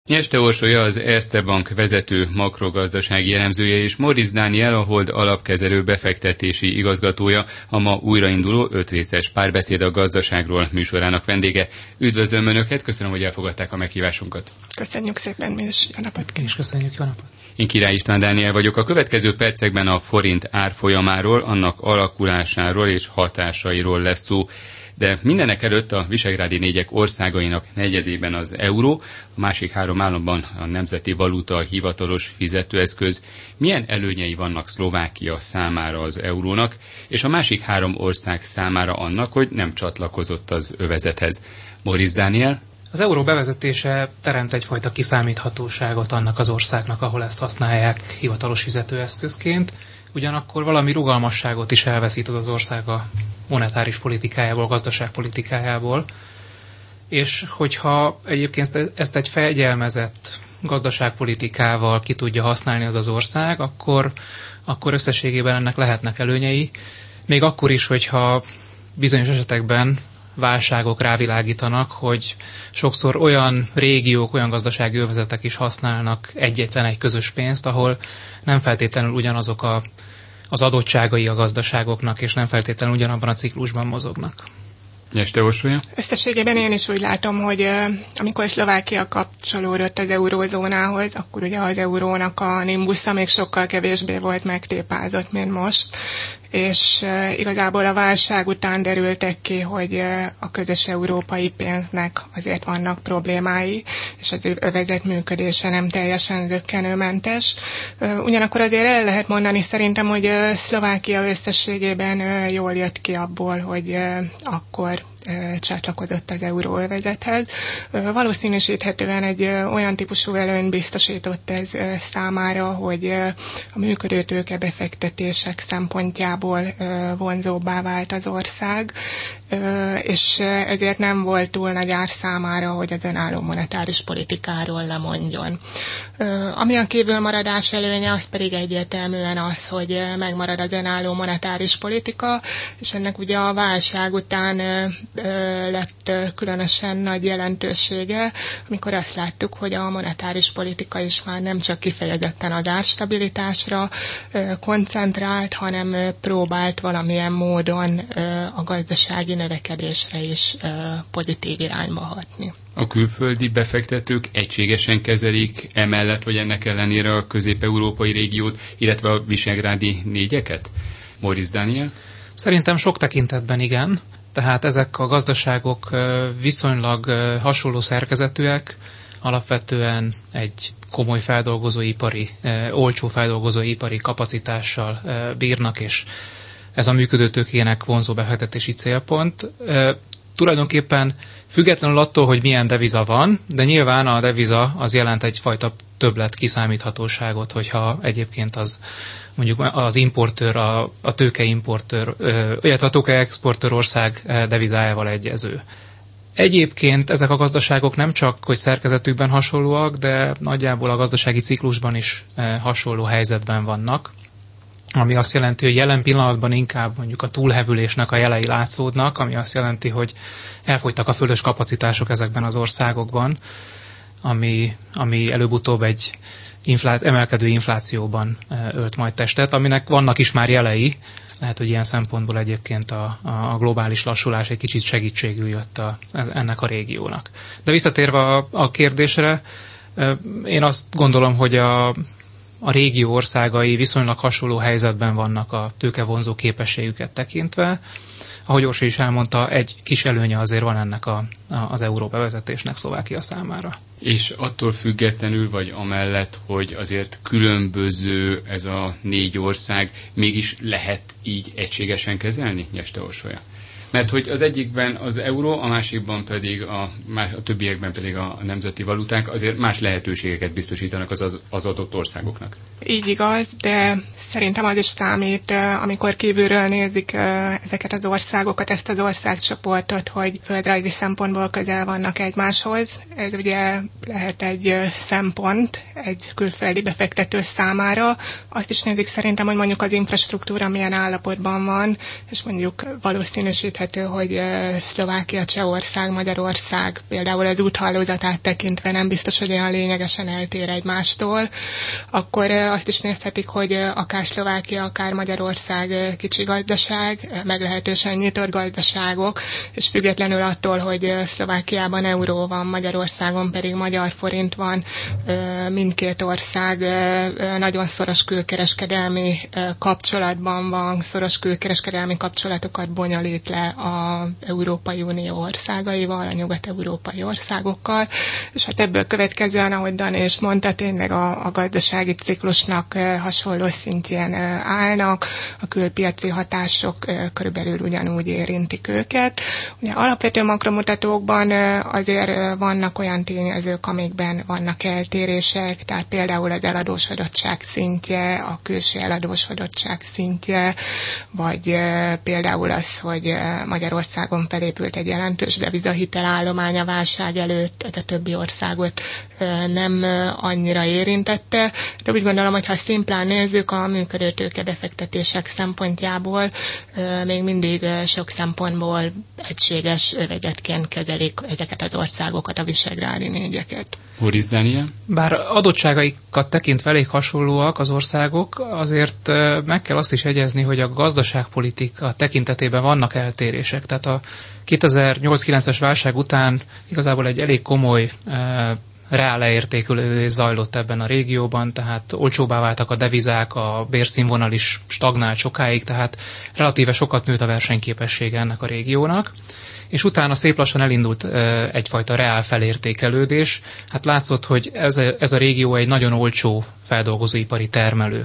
Nyeste Orsolya az Erste Bank vezető makrogazdasági elemzője, és Morisz Dániel, a Hold alapkezelő befektetési igazgatója, a ma újrainduló 5 részes Párbeszéd a gazdaságról műsorának vendége. Üdvözlöm Önöket, köszönöm, hogy elfogadták a meghívásunkat. Köszönjük szépen, mi is, jó napot. És köszönjük, jó napot. Én Király István Dániel vagyok. A következő percekben a forint árfolyamáról, annak alakulásáról és hatásairól lesz szó. De mindenek előtt a visegrádi négyek országainak negyedében az euró, a másik 3 államban a nemzeti valuta, a hivatalos fizetőeszköz. Milyen előnyei vannak Szlovákia számára az eurónak, és a másik 3 ország számára annak, hogy nem csatlakozott az övezethez? Morisz Dániel? Az euró bevezetése teremt egyfajta kiszámíthatóságot annak az országnak, ahol ezt használják hivatalos fizetőeszközként. Ugyanakkor valami rugalmasságot is elveszít az ország a monetáris politikájából, gazdaságpolitikájából. És hogyha egyébként ezt egy fegyelmezett gazdaságpolitikával ki tudja használni az ország, akkor összességében ennek lehetnek előnyei. Még akkor is, hogyha bizonyos esetekben válságok rávilágítanak, hogy sokszor olyan régiók, olyan gazdasági övezetek is használnak egyetlen egy közös pénzt, ahol nem feltétlenül ugyanazok az adottságai a gazdaságoknak, és nem feltétlenül ugyanabban a ciklusban mozognak. Nyeste Orsolya? Összességében én is úgy látom, hogy amikor Szlovákia kapcsolódott az eurózónához, akkor ugye az eurónak a nimbusza még sokkal kevésbé volt megtépázott, mint most, és igazából a válság után derültek ki, hogy a közös európai pénznek azért vannak problémái, és az övezet működése nem teljesen zökkenőmentes. Ugyanakkor azért el lehet mondani szerintem, hogy Szlovákia összességében jól jött ki abból, hogy akkor csatlakozott az euróövezethez. Valószínűsíthetően egy olyan típusú előnyt biztosított ez számára, hogy a működő tőkebefektetések szempontjából vonzóbbá vált az ország, és ezért nem volt túl nagy ár számára, hogy az önálló monetáris politikáról lemondjon. Ami a kívülmaradás előnye, az pedig egyértelműen az, hogy megmarad az önálló monetáris politika, és ennek ugye a válság után lett különösen nagy jelentősége, amikor azt láttuk, hogy a monetáris politika is már nem csak kifejezetten az árstabilitásra koncentrált, hanem próbált valamilyen módon a gazdasági növekedésre is pozitív irányba hatni. A külföldi befektetők egységesen kezelik emellett vagy ennek ellenére a közép-európai régiót, illetve a visegrádi négyeket? Morisz Dániel? Szerintem sok tekintetben igen. Tehát ezek a gazdaságok viszonylag hasonló szerkezetűek, alapvetően egy komoly feldolgozóipari, olcsó feldolgozóipari kapacitással bírnak, és ez a működőtőkének vonzó befektetési célpont. Tulajdonképpen függetlenül attól, hogy milyen deviza van, de nyilván a deviza az jelent egyfajta többlet kiszámíthatóságot, hogyha egyébként az mondjuk az importőr, a tőkeimportőr, illetve a tőkeexportőr ország devizájával egyező. Egyébként ezek a gazdaságok nem csak, hogy szerkezetükben hasonlóak, de nagyjából a gazdasági ciklusban is hasonló helyzetben vannak, ami azt jelenti, hogy jelen pillanatban inkább mondjuk a túlhevülésnek a jelei látszódnak, ami azt jelenti, hogy elfogytak a fölös kapacitások ezekben az országokban, ami előbb-utóbb egy emelkedő inflációban ölt majd testet, aminek vannak is már jelei. Lehet, hogy ilyen szempontból egyébként a globális lassulás egy kicsit segítségül jött ennek a régiónak. De visszatérve a kérdésre, én azt gondolom, hogy a régió országai viszonylag hasonló helyzetben vannak a tőkevonzó képességüket tekintve. Ahogy Orsi is elmondta, egy kis előnye azért van ennek az euró bevezetésnek Szlovákia számára. És attól függetlenül, vagy amellett, hogy azért különböző ez a 4 ország, mégis lehet így egységesen kezelni, Nyeste Orsolya? Mert hogy az egyikben az euró, a másikban pedig a többiekben pedig a nemzeti valuták azért más lehetőségeket biztosítanak az adott országoknak. Így igaz, de szerintem az is számít, amikor kívülről nézik ezeket az országokat, ezt az országcsoportot, hogy földrajzi szempontból közel vannak egymáshoz. Ez ugye lehet egy szempont egy külföldi befektető számára. Azt is nézik szerintem, hogy mondjuk az infrastruktúra milyen állapotban van, és mondjuk valószínűsíthető, hogy Szlovákia, Csehország, Magyarország például az úthálózatát tekintve nem biztos, hogy olyan lényegesen eltér egymástól, akkor azt is nézhetik, hogy akár Szlovákia, akár Magyarország kicsi gazdaság, meglehetősen nyitott gazdaságok, és függetlenül attól, hogy Szlovákiában euró van, Magyarországon pedig magyar forint van, mindkét ország nagyon szoros külkereskedelmi kapcsolatban van, szoros külkereskedelmi kapcsolatokat bonyolít le az Európai Unió országaival, a nyugat-európai országokkal, és hát ebből következően, ahogy Dani is mondta, tényleg a gazdasági ciklusnak hasonló szintjén állnak, a külpiaci hatások körülbelül ugyanúgy érintik őket. Ugye alapvető makromutatókban azért vannak olyan tényezők, amikben vannak eltérések, tehát például az eladósodottság szintje, a külső eladósodottság szintje, vagy például az, hogy Magyarországon felépült egy jelentős devizahitelállomány a válság előtt, ez a többi országot nem annyira érintette, de úgy gondolom, hogy ha szimplán nézzük a működő tőkebefektetések szempontjából, még mindig sok szempontból egységes övezetként kezelik ezeket az országokat, a visegrádi négyeket. Boris Dániel? Bár adottságaikat tekintve elég hasonlóak az országok, azért meg kell azt is jegyezni, hogy a gazdaságpolitika tekintetében vannak eltérések. Tehát a 2008-9-es válság után igazából egy elég komoly reál leértékelődés zajlott ebben a régióban, tehát olcsóbbá váltak a devizák, a bérszínvonal is stagnált sokáig, tehát relatíve sokat nőtt a versenyképessége ennek a régiónak. És utána szép lassan elindult egyfajta reál felértékelődés. Hát látszott, hogy ez a régió egy nagyon olcsó feldolgozóipari termelő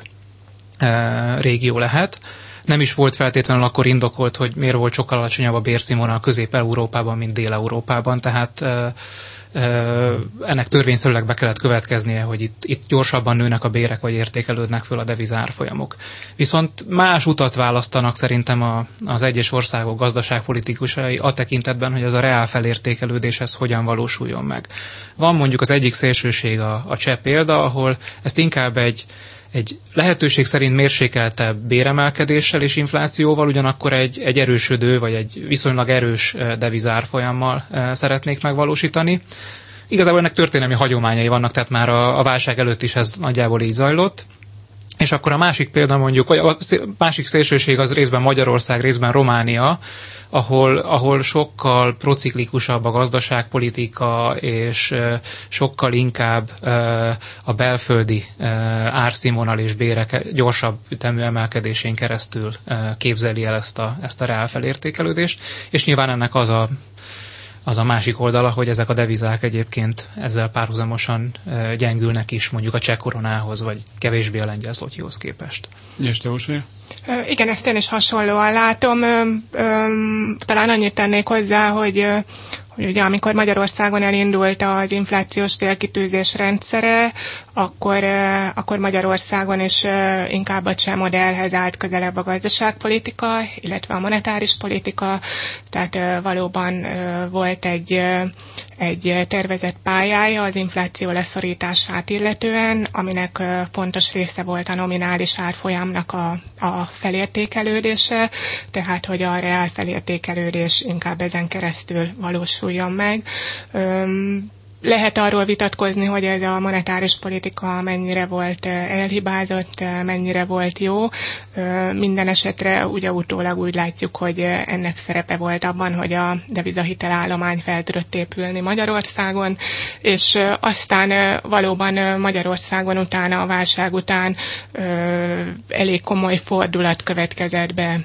régió lehet. Nem is volt feltétlenül akkor indokolt, hogy miért volt sokkal alacsonyabb a bérszínvonal Közép-Európában, mint Dél-Európában, tehát ennek törvényszerűleg be kellett következnie, hogy itt gyorsabban nőnek a bérek, vagy értékelődnek föl a devizárfolyamok. Viszont más utat választanak szerintem az egyes országok gazdaságpolitikusai a tekintetben, hogy ez a reál felértékelődés ez hogyan valósuljon meg. Van mondjuk az egyik szélsőség a cseh példa, ahol ezt inkább egy lehetőség szerint mérsékeltebb béremelkedéssel és inflációval, ugyanakkor egy erősödő, vagy egy viszonylag erős devizárfolyammal szeretnék megvalósítani. Igazából ennek történelmi hagyományai vannak, tehát már a válság előtt is ez nagyjából így zajlott. És akkor a másik példa mondjuk, vagy a másik szélsőség az részben Magyarország, részben Románia, ahol sokkal prociklikusabb a gazdaságpolitika, és sokkal inkább a belföldi árszínvonal és bérek gyorsabb ütemű emelkedésén keresztül képzeli el ezt a reál felértékelődést, és nyilván ennek az a másik oldala, hogy ezek a devizák egyébként ezzel párhuzamosan gyengülnek is mondjuk a cseh koronához, vagy kevésbé a lengyel zlotyihoz képest. Igen, ezt én is hasonlóan látom. Talán annyit tennék hozzá, hogy ugye amikor Magyarországon elindult az inflációs célkitűzés rendszere, akkor Magyarországon is inkább a cseh modellhez állt közelebb a gazdaságpolitika, illetve a monetáris politika, tehát valóban volt egy tervezett pályája az infláció leszorítását illetően, aminek fontos része volt a nominális árfolyamnak a felértékelődése, tehát hogy a reál felértékelődés inkább ezen keresztül valósuljon meg. Lehet arról vitatkozni, hogy ez a monetáris politika mennyire volt elhibázott, mennyire volt jó. Minden esetre ugye utólag úgy látjuk, hogy ennek szerepe volt abban, hogy a devizahitelállomány fel tudott épülni Magyarországon, és aztán valóban Magyarországon utána, a válság után elég komoly fordulat következett be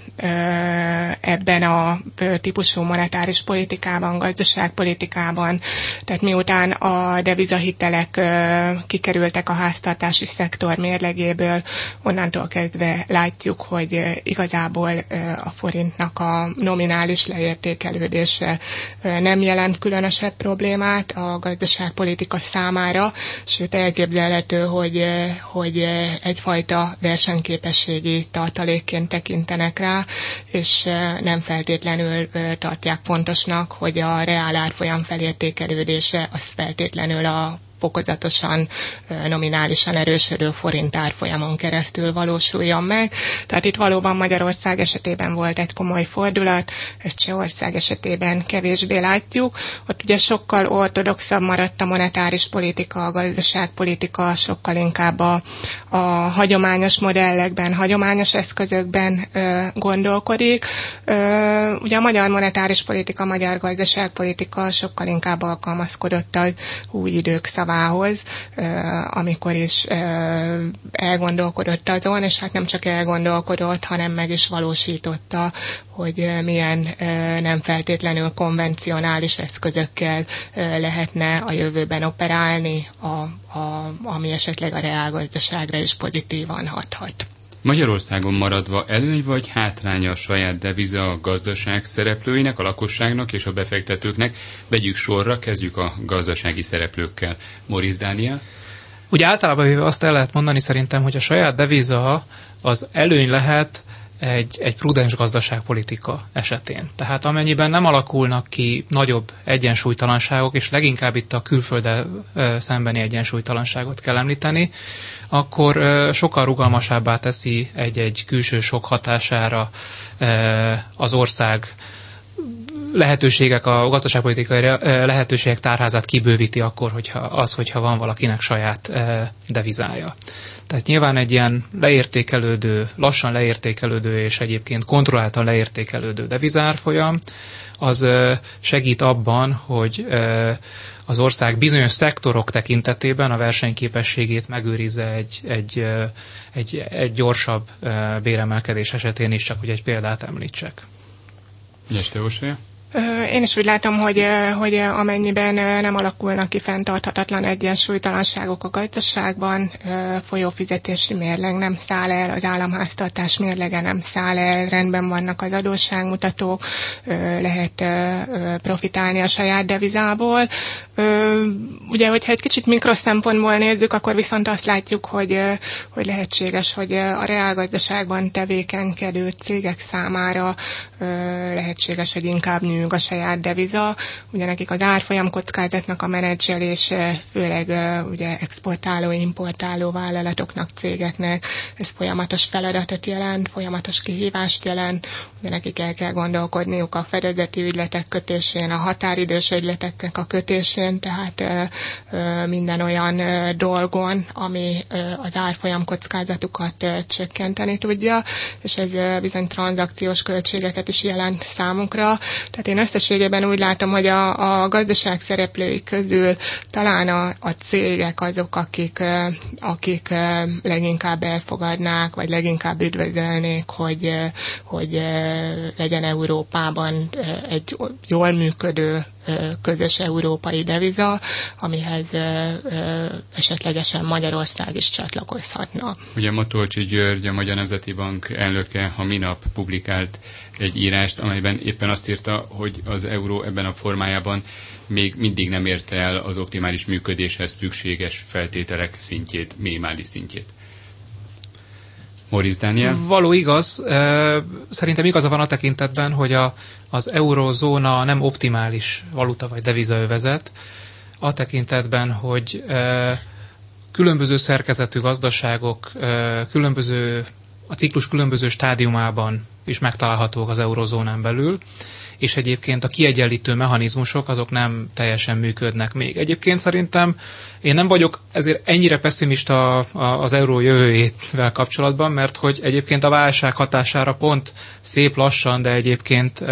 ebben a típusú monetáris politikában, gazdaságpolitikában. Tehát miután miután a devizahitelek kikerültek a háztartási szektor mérlegéből, onnantól kezdve látjuk, hogy igazából a forintnak a nominális leértékelődése nem jelent különösebb problémát a gazdaságpolitika számára, sőt elképzelhető, hogy egyfajta versenyképességi tartalékként tekintenek rá, és nem feltétlenül tartják fontosnak, hogy a reál árfolyam felértékelődése az feltétlenül a fokozatosan, nominálisan erősödő forint árfolyamon keresztül valósuljon meg. Tehát itt valóban Magyarország esetében volt egy komoly fordulat, Csehország esetében kevésbé látjuk. Ott ugye sokkal ortodoxabb maradt a monetáris politika, a gazdaságpolitika, sokkal inkább a hagyományos modellekben, hagyományos eszközökben gondolkodik. Ugye a magyar monetáris politika, a magyar gazdaságpolitika sokkal inkább alkalmazkodott az új idők szavához, amikor is elgondolkodott azon, és hát nem csak elgondolkodott, hanem meg is valósította, hogy milyen nem feltétlenül konvencionális eszközökkel lehetne a jövőben operálni, ami esetleg a reálgazdaságra is pozitívan hathat. Magyarországon maradva előny vagy hátránya a saját deviza a gazdaság szereplőinek, a lakosságnak és a befektetőknek? Vegyük sorra, kezdjük a gazdasági szereplőkkel. Móricz Dániel? Ugye általában azt el lehet mondani szerintem, hogy a saját deviza az előny lehet egy prudens gazdaságpolitika esetén. Tehát amennyiben nem alakulnak ki nagyobb egyensúlytalanságok, és leginkább itt a külfölddel szembeni egyensúlytalanságot kell említeni, akkor sokkal rugalmasabbá teszi egy külső sok hatására az ország lehetőségek, a gazdaságpolitikai lehetőségek tárházát kibővíti akkor, hogyha van valakinek saját devizája. Tehát nyilván egy ilyen leértékelődő, lassan leértékelődő és egyébként kontrolláltan leértékelődő devizárfolyam, az segít abban, hogy az ország bizonyos szektorok tekintetében a versenyképességét megőrizze egy gyorsabb béremelkedés esetén is, csak hogy egy példát említsek. Én is úgy látom, hogy amennyiben nem alakulnak ki fenntarthatatlan egyensúlytalanságok a gazdaságban, folyófizetési mérleg nem száll el, az államháztartás mérlege nem száll el, rendben vannak az adósságmutatók, lehet profitálni a saját devizából. Ugye, hogyha egy kicsit mikroszempontból nézzük, akkor viszont azt látjuk, hogy lehetséges, hogy a reálgazdaságban tevékenykedő cégek számára lehetséges, hogy inkább nő a saját deviza, ugye nekik az árfolyam kockázatnak a menedzselése, főleg ugye exportáló, importáló vállalatoknak, cégeknek, ez folyamatos feladatot jelent, folyamatos kihívást jelent, ugye nekik el kell gondolkodniuk a fedezeti ügyletek kötésén, a határidős ügyleteknek a kötésén, tehát minden olyan dolgon, ami az árfolyam kockázatukat csökkenteni tudja, és ez bizony tranzakciós költségeket is jelent számunkra. Tehát én összességében úgy látom, hogy a gazdaság szereplői közül talán a cégek azok, akik leginkább elfogadnák, vagy leginkább üdvözölnék, hogy legyen Európában egy jól működő közös európai deviza, amihez esetlegesen Magyarország is csatlakozhatna. Ugye Matolcsy György, a Magyar Nemzeti Bank elnöke a minap publikált egy írást, amelyben éppen azt írta, hogy az euró ebben a formájában még mindig nem érte el az optimális működéshez szükséges feltételek szintjét, minimális szintjét. Móricz Dániel? Való igaz. Szerintem igaza van a tekintetben, hogy az eurózóna nem optimális valuta vagy devizaövezet, a tekintetben, hogy különböző szerkezetű gazdaságok, a ciklus különböző stádiumában is megtalálhatók az eurózónán belül, és egyébként a kiegyenlítő mechanizmusok azok nem teljesen működnek még. Egyébként szerintem én nem vagyok ezért ennyire pesszimista az euró jövőjével kapcsolatban, mert hogy egyébként a válság hatására pont szép lassan, de egyébként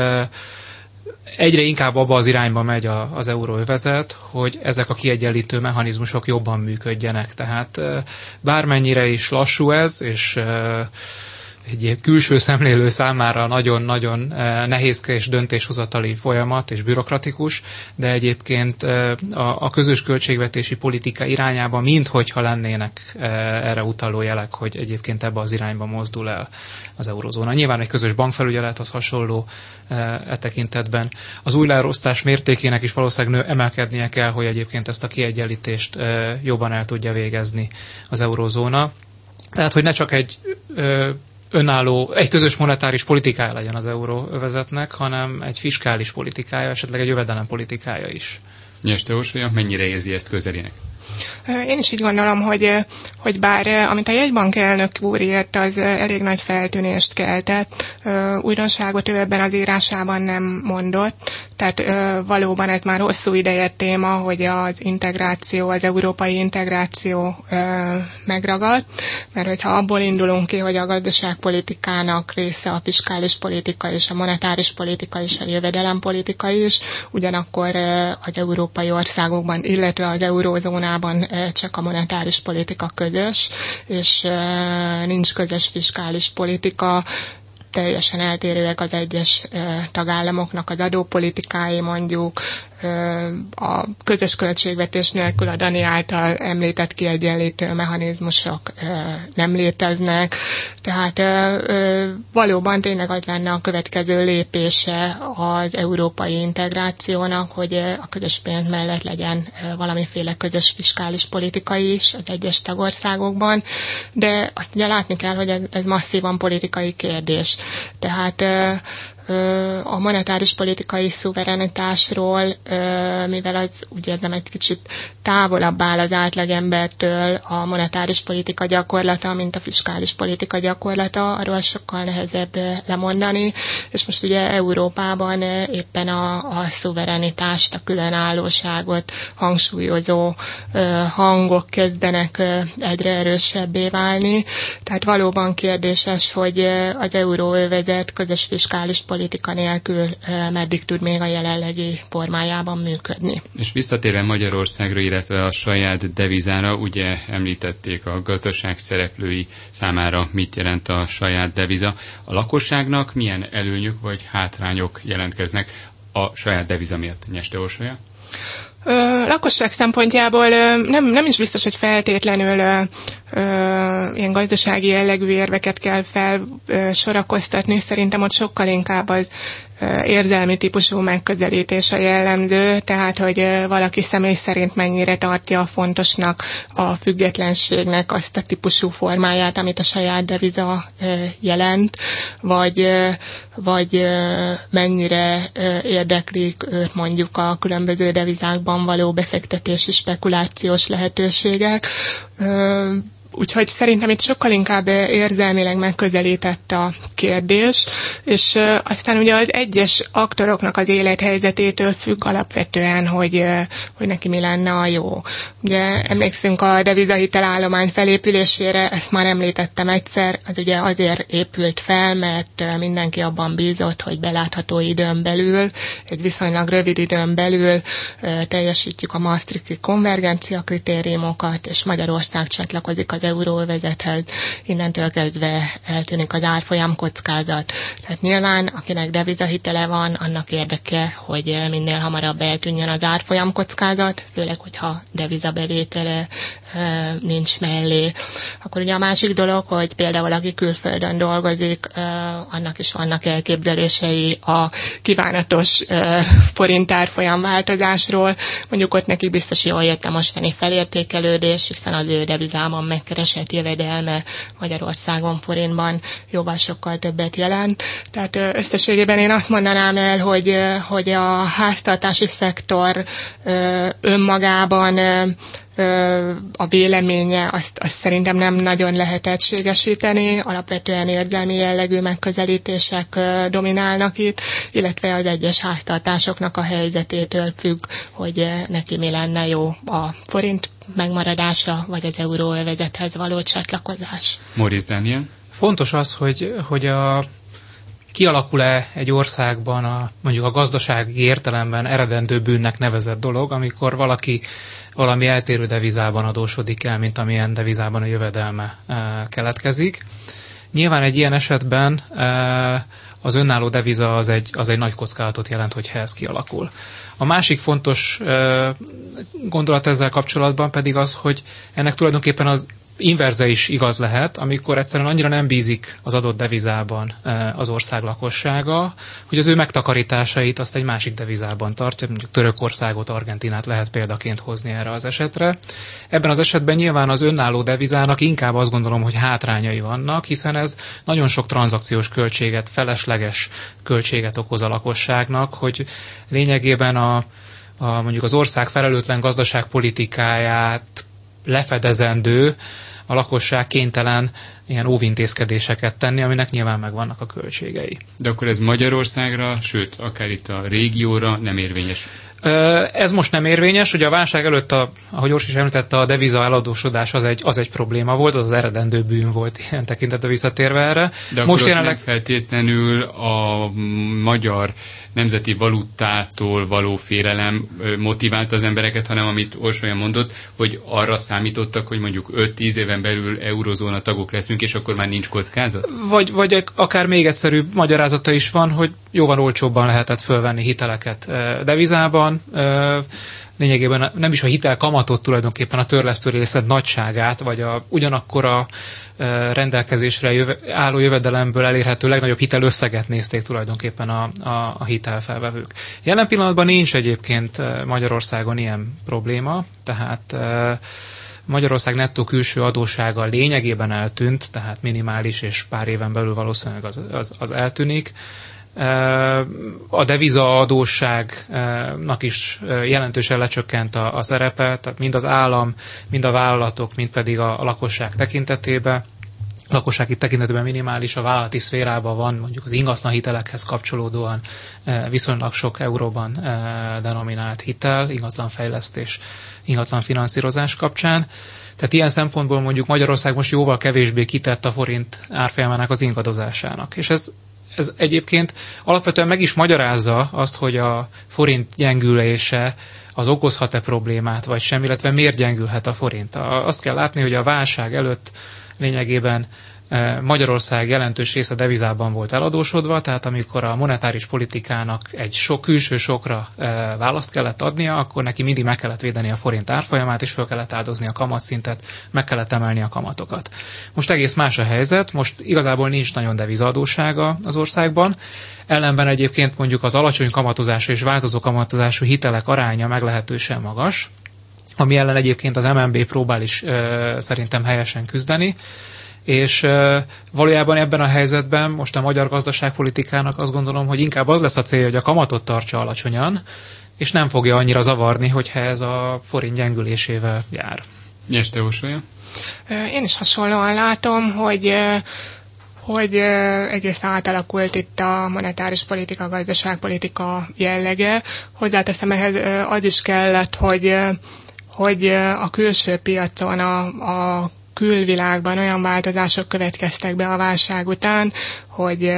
egyre inkább abba az irányba megy az euróövezet, hogy ezek a kiegyenlítő mechanizmusok jobban működjenek. Tehát bármennyire is lassú ez, egy külső szemlélő számára nagyon-nagyon nehézkes döntéshozatali folyamat és bürokratikus, de egyébként a közös költségvetési politika irányában minthogyha lennének erre utaló jelek, hogy egyébként ebbe az irányba mozdul el az eurozóna. Nyilván egy közös bankfelügyelet az hasonló tekintetben. Az új leelosztás mértékének is valószínűleg emelkednie kell, hogy egyébként ezt a kiegyenlítést jobban el tudja végezni az eurozóna. Tehát, hogy ne csak egy önálló, egy közös monetáris politikája legyen az euróövezetnek, hanem egy fiskális politikája, esetleg egy jövedelempolitikája is. Nyeste Orsolya, mennyire érzi ezt közelének? Én is így gondolom, hogy bár amit a jegybank elnök úr írt, az elég nagy feltűnést keltett, újdonságot ő ebben az írásában nem mondott, tehát valóban ez már hosszú ideje téma, hogy az integráció, az európai integráció megragadt, mert hogyha abból indulunk ki, hogy a gazdaságpolitikának része a fiskális politika és a monetáris politika és a jövedelempolitika is, ugyanakkor az európai országokban, illetve az eurózónában csak a monetáris politika közös, és nincs közös fiskális politika, teljesen eltérőek az egyes tagállamoknak az adópolitikái mondjuk, a közös költségvetés nélkül a Dani által említett kiegyenlítő mechanizmusok nem léteznek, tehát valóban tényleg az lenne a következő lépése az európai integrációnak, hogy a közös pénz mellett legyen valamiféle közös fiskális politika is az egyes tagországokban, de azt ugye látni kell, hogy ez masszívan politikai kérdés. Tehát a monetáris politikai szuverenitásról, mivel az úgy érzem egy kicsit távolabb áll az átlagembertől a monetáris politika gyakorlata, mint a fiskális politika gyakorlata, arról sokkal nehezebb lemondani, és most ugye Európában éppen a szuverenitást, a különállóságot hangsúlyozó hangok kezdenek egyre erősebbé válni, tehát valóban kérdéses, hogy az euróövezet közös fiskális politika nélkül meddig tud még a jelenlegi formájában működni. És visszatérve Magyarországra, illetve a saját devizára, ugye említették a gazdaság szereplői számára, mit jelent a saját deviza. A lakosságnak milyen előnyök vagy hátrányok jelentkeznek a saját deviza miatt? Nyeste Orsolya? Lakosság szempontjából nem is biztos, hogy feltétlenül ilyen gazdasági jellegű érveket kell felsorakoztatni. Szerintem ott sokkal inkább az érzelmi típusú megközelítés a jellemző, tehát hogy valaki személy szerint mennyire tartja fontosnak a függetlenségnek azt a típusú formáját, amit a saját deviza jelent, vagy mennyire érdeklik őt mondjuk a különböző devizákban való befektetési spekulációs lehetőségek. Úgyhogy szerintem itt sokkal inkább érzelmileg megközelített a kérdés, és aztán ugye az egyes aktoroknak az élethelyzetétől függ alapvetően, hogy neki mi lenne a jó. Ugye emlékszünk a devizahitelállomány felépülésére, ezt már említettem egyszer, az ugye azért épült fel, mert mindenki abban bízott, hogy belátható időn belül, egy viszonylag rövid időn belül teljesítjük a maastrichti konvergencia kritériumokat, és Magyarország csatlakozik az euróövezethez, innentől kezdve eltűnik az árfolyam kockázat. Tehát nyilván, akinek devizahitele van, annak érdeke, hogy minél hamarabb eltűnjön az árfolyam kockázat, főleg, hogyha devizabevétele nincs mellé. Akkor ugye a másik dolog, hogy például aki külföldön dolgozik, annak is vannak elképzelései a kívánatos forint árfolyam változásról. Mondjuk ott neki biztos jól jött a mostani felértékelődés, hiszen az ő devizában megkeresett jövedelme Magyarországon forintban jóval sokkal többet jelent. Tehát összességében én azt mondanám el, hogy a háztartási szektor önmagában a véleménye, azt szerintem nem nagyon lehet egységesíteni, alapvetően érzelmi jellegű megközelítések dominálnak itt, illetve az egyes háztartásoknak a helyzetétől függ, hogy neki mi lenne jó, a forint megmaradása, vagy az euróövezethez való csatlakozás. Móricz Dániel? Fontos az, hogy kialakul-e egy országban mondjuk a gazdasági értelemben eredendő bűnnek nevezett dolog, amikor valaki valami eltérő devizában adósodik el, mint amilyen devizában a jövedelme keletkezik. Nyilván egy ilyen esetben az önálló deviza az egy nagy kockázatot jelent, hogyha ez kialakul. A másik fontos gondolat ezzel kapcsolatban pedig az, hogy ennek tulajdonképpen az inverze is igaz lehet, amikor egyszerűen annyira nem bízik az adott devizában az ország lakossága, hogy az ő megtakarításait azt egy másik devizában tartja, mondjuk Törökországot, Argentinát lehet példaként hozni erre az esetre. Ebben az esetben nyilván az önálló devizának inkább azt gondolom, hogy hátrányai vannak, hiszen ez nagyon sok tranzakciós költséget, felesleges költséget okoz a lakosságnak, hogy lényegében mondjuk az ország felelőtlen gazdaságpolitikáját lefedezendő, a lakosság kénytelen ilyen óvintézkedéseket tenni, aminek nyilván megvannak a költségei. De akkor ez Magyarországra, sőt, akár itt a régióra nem érvényes? Ez most nem érvényes, ugye a válság előtt, ahogy Orsi is említette, a deviza eladósodás az egy probléma volt, az eredendő bűn volt ilyen tekintetben visszatérve erre. De most jelenleg nem feltétlenül a magyar nemzeti valutától való félelem motivált az embereket, hanem amit Orsolya mondott, hogy arra számítottak, hogy mondjuk 5-10 éven belül eurozóna tagok leszünk, és akkor már nincs kockázat? Vagy akár még egyszerűbb magyarázata is van, hogy jóval olcsóbban lehetett fölvenni hiteleket devizában, lényegében nem is a hitel kamatot, tulajdonképpen a törlesztő részlet nagyságát, vagy ugyanakkor a rendelkezésre álló jövedelemből elérhető legnagyobb hitelösszeget nézték tulajdonképpen a hitelfelvevők. Jelen pillanatban nincs egyébként Magyarországon ilyen probléma, tehát Magyarország nettó külső adóssága lényegében eltűnt, tehát minimális, és pár éven belül valószínűleg az eltűnik. A deviza adósságnak is jelentősen lecsökkent a szerepe, tehát mind az állam, mind a vállalatok, mind pedig a lakosság tekintetében. A lakossági tekintetében minimális, a vállalati szférában van mondjuk az ingatlan hitelekhez kapcsolódóan viszonylag sok euróban denominált hitel, ingatlanfejlesztés, ingatlan finanszírozás kapcsán. Tehát ilyen szempontból mondjuk Magyarország most jóval kevésbé kitett a forint árfolyamának az ingadozásának. És ez egyébként alapvetően meg is magyarázza azt, hogy a forint gyengülése az okozhat-e problémát, vagy sem, illetve miért gyengülhet a forint. Azt kell látni, hogy a válság előtt lényegében Magyarország jelentős része devizában volt eladósodva, tehát amikor a monetáris politikának egy külső sokra választ kellett adnia, akkor neki mindig meg kellett védeni a forint árfolyamát, és fel kellett áldozni a kamatszintet, meg kellett emelni a kamatokat. Most egész más a helyzet, most igazából nincs nagyon devizaadóssága az országban, ellenben egyébként mondjuk az alacsony kamatozású és változó kamatozású hitelek aránya meglehetősen magas, ami ellen egyébként az MNB próbál is szerintem helyesen küzdeni, és valójában ebben a helyzetben most a magyar gazdaságpolitikának azt gondolom, hogy inkább az lesz a célja, hogy a kamatot tartsa alacsonyan, és nem fogja annyira zavarni, hogyha ez a forint gyengülésével jár. Nyeste Orsolya? Én is hasonlóan látom, hogy egészen átalakult itt a monetáris politika, a gazdaságpolitika jellege. Hozzáteszem, ehhez az is kellett, hogy a külső piacon, a külvilágban olyan változások következtek be a válság után, hogy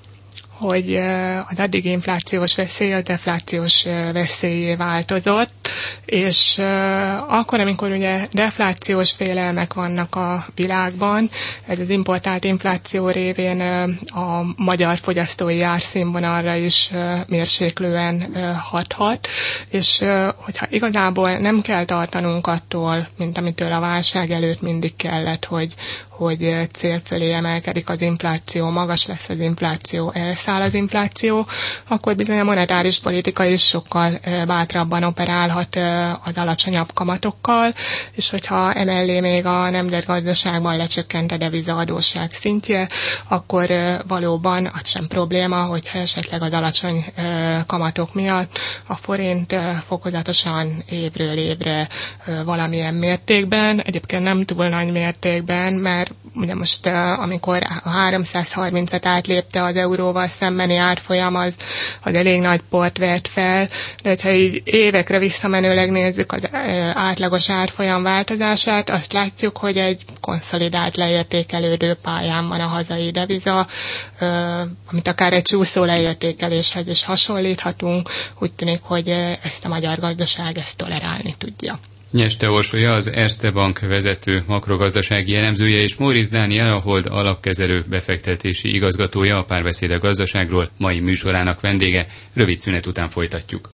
az addig inflációs veszély a deflációs veszélyé változott, és akkor, amikor ugye deflációs félelmek vannak a világban, ez az importált infláció révén a magyar fogyasztói árszínvonalra is mérséklően hathat, és hogyha igazából nem kell tartanunk attól, mint amitől a válság előtt mindig kellett, hogy cél fölé emelkedik az infláció, magas lesz az infláció, elszáll az infláció, akkor bizony a monetáris politika is sokkal bátrabban operálhat az alacsonyabb kamatokkal, és hogyha emellé még a nemzetgazdaságban lecsökkent a devizaadósság szintje, akkor valóban az sem probléma, hogyha esetleg az alacsony kamatok miatt a forint fokozatosan évről évre valamilyen mértékben, egyébként nem túl nagy mértékben, mert ugye most, amikor a 330-et átlépte az euróval szembeni árfolyam, az elég nagy port vett fel, de hogyha így évekre visszamenőleg nézzük az átlagos árfolyam változását, azt látjuk, hogy egy konszolidált leértékelődő pályán van a hazai deviza, amit akár egy csúszó leértékeléshez is hasonlíthatunk. Úgy tűnik, hogy ezt a magyar gazdaság ezt tolerálni tudja. Nyeste Orsolya, az Erste Bank vezető makrogazdasági elemzője, és Móricz Dániel, a Hold alapkezelő befektetési igazgatója, a Párbeszéd a gazdaságról mai műsorának vendége. Rövid szünet után folytatjuk.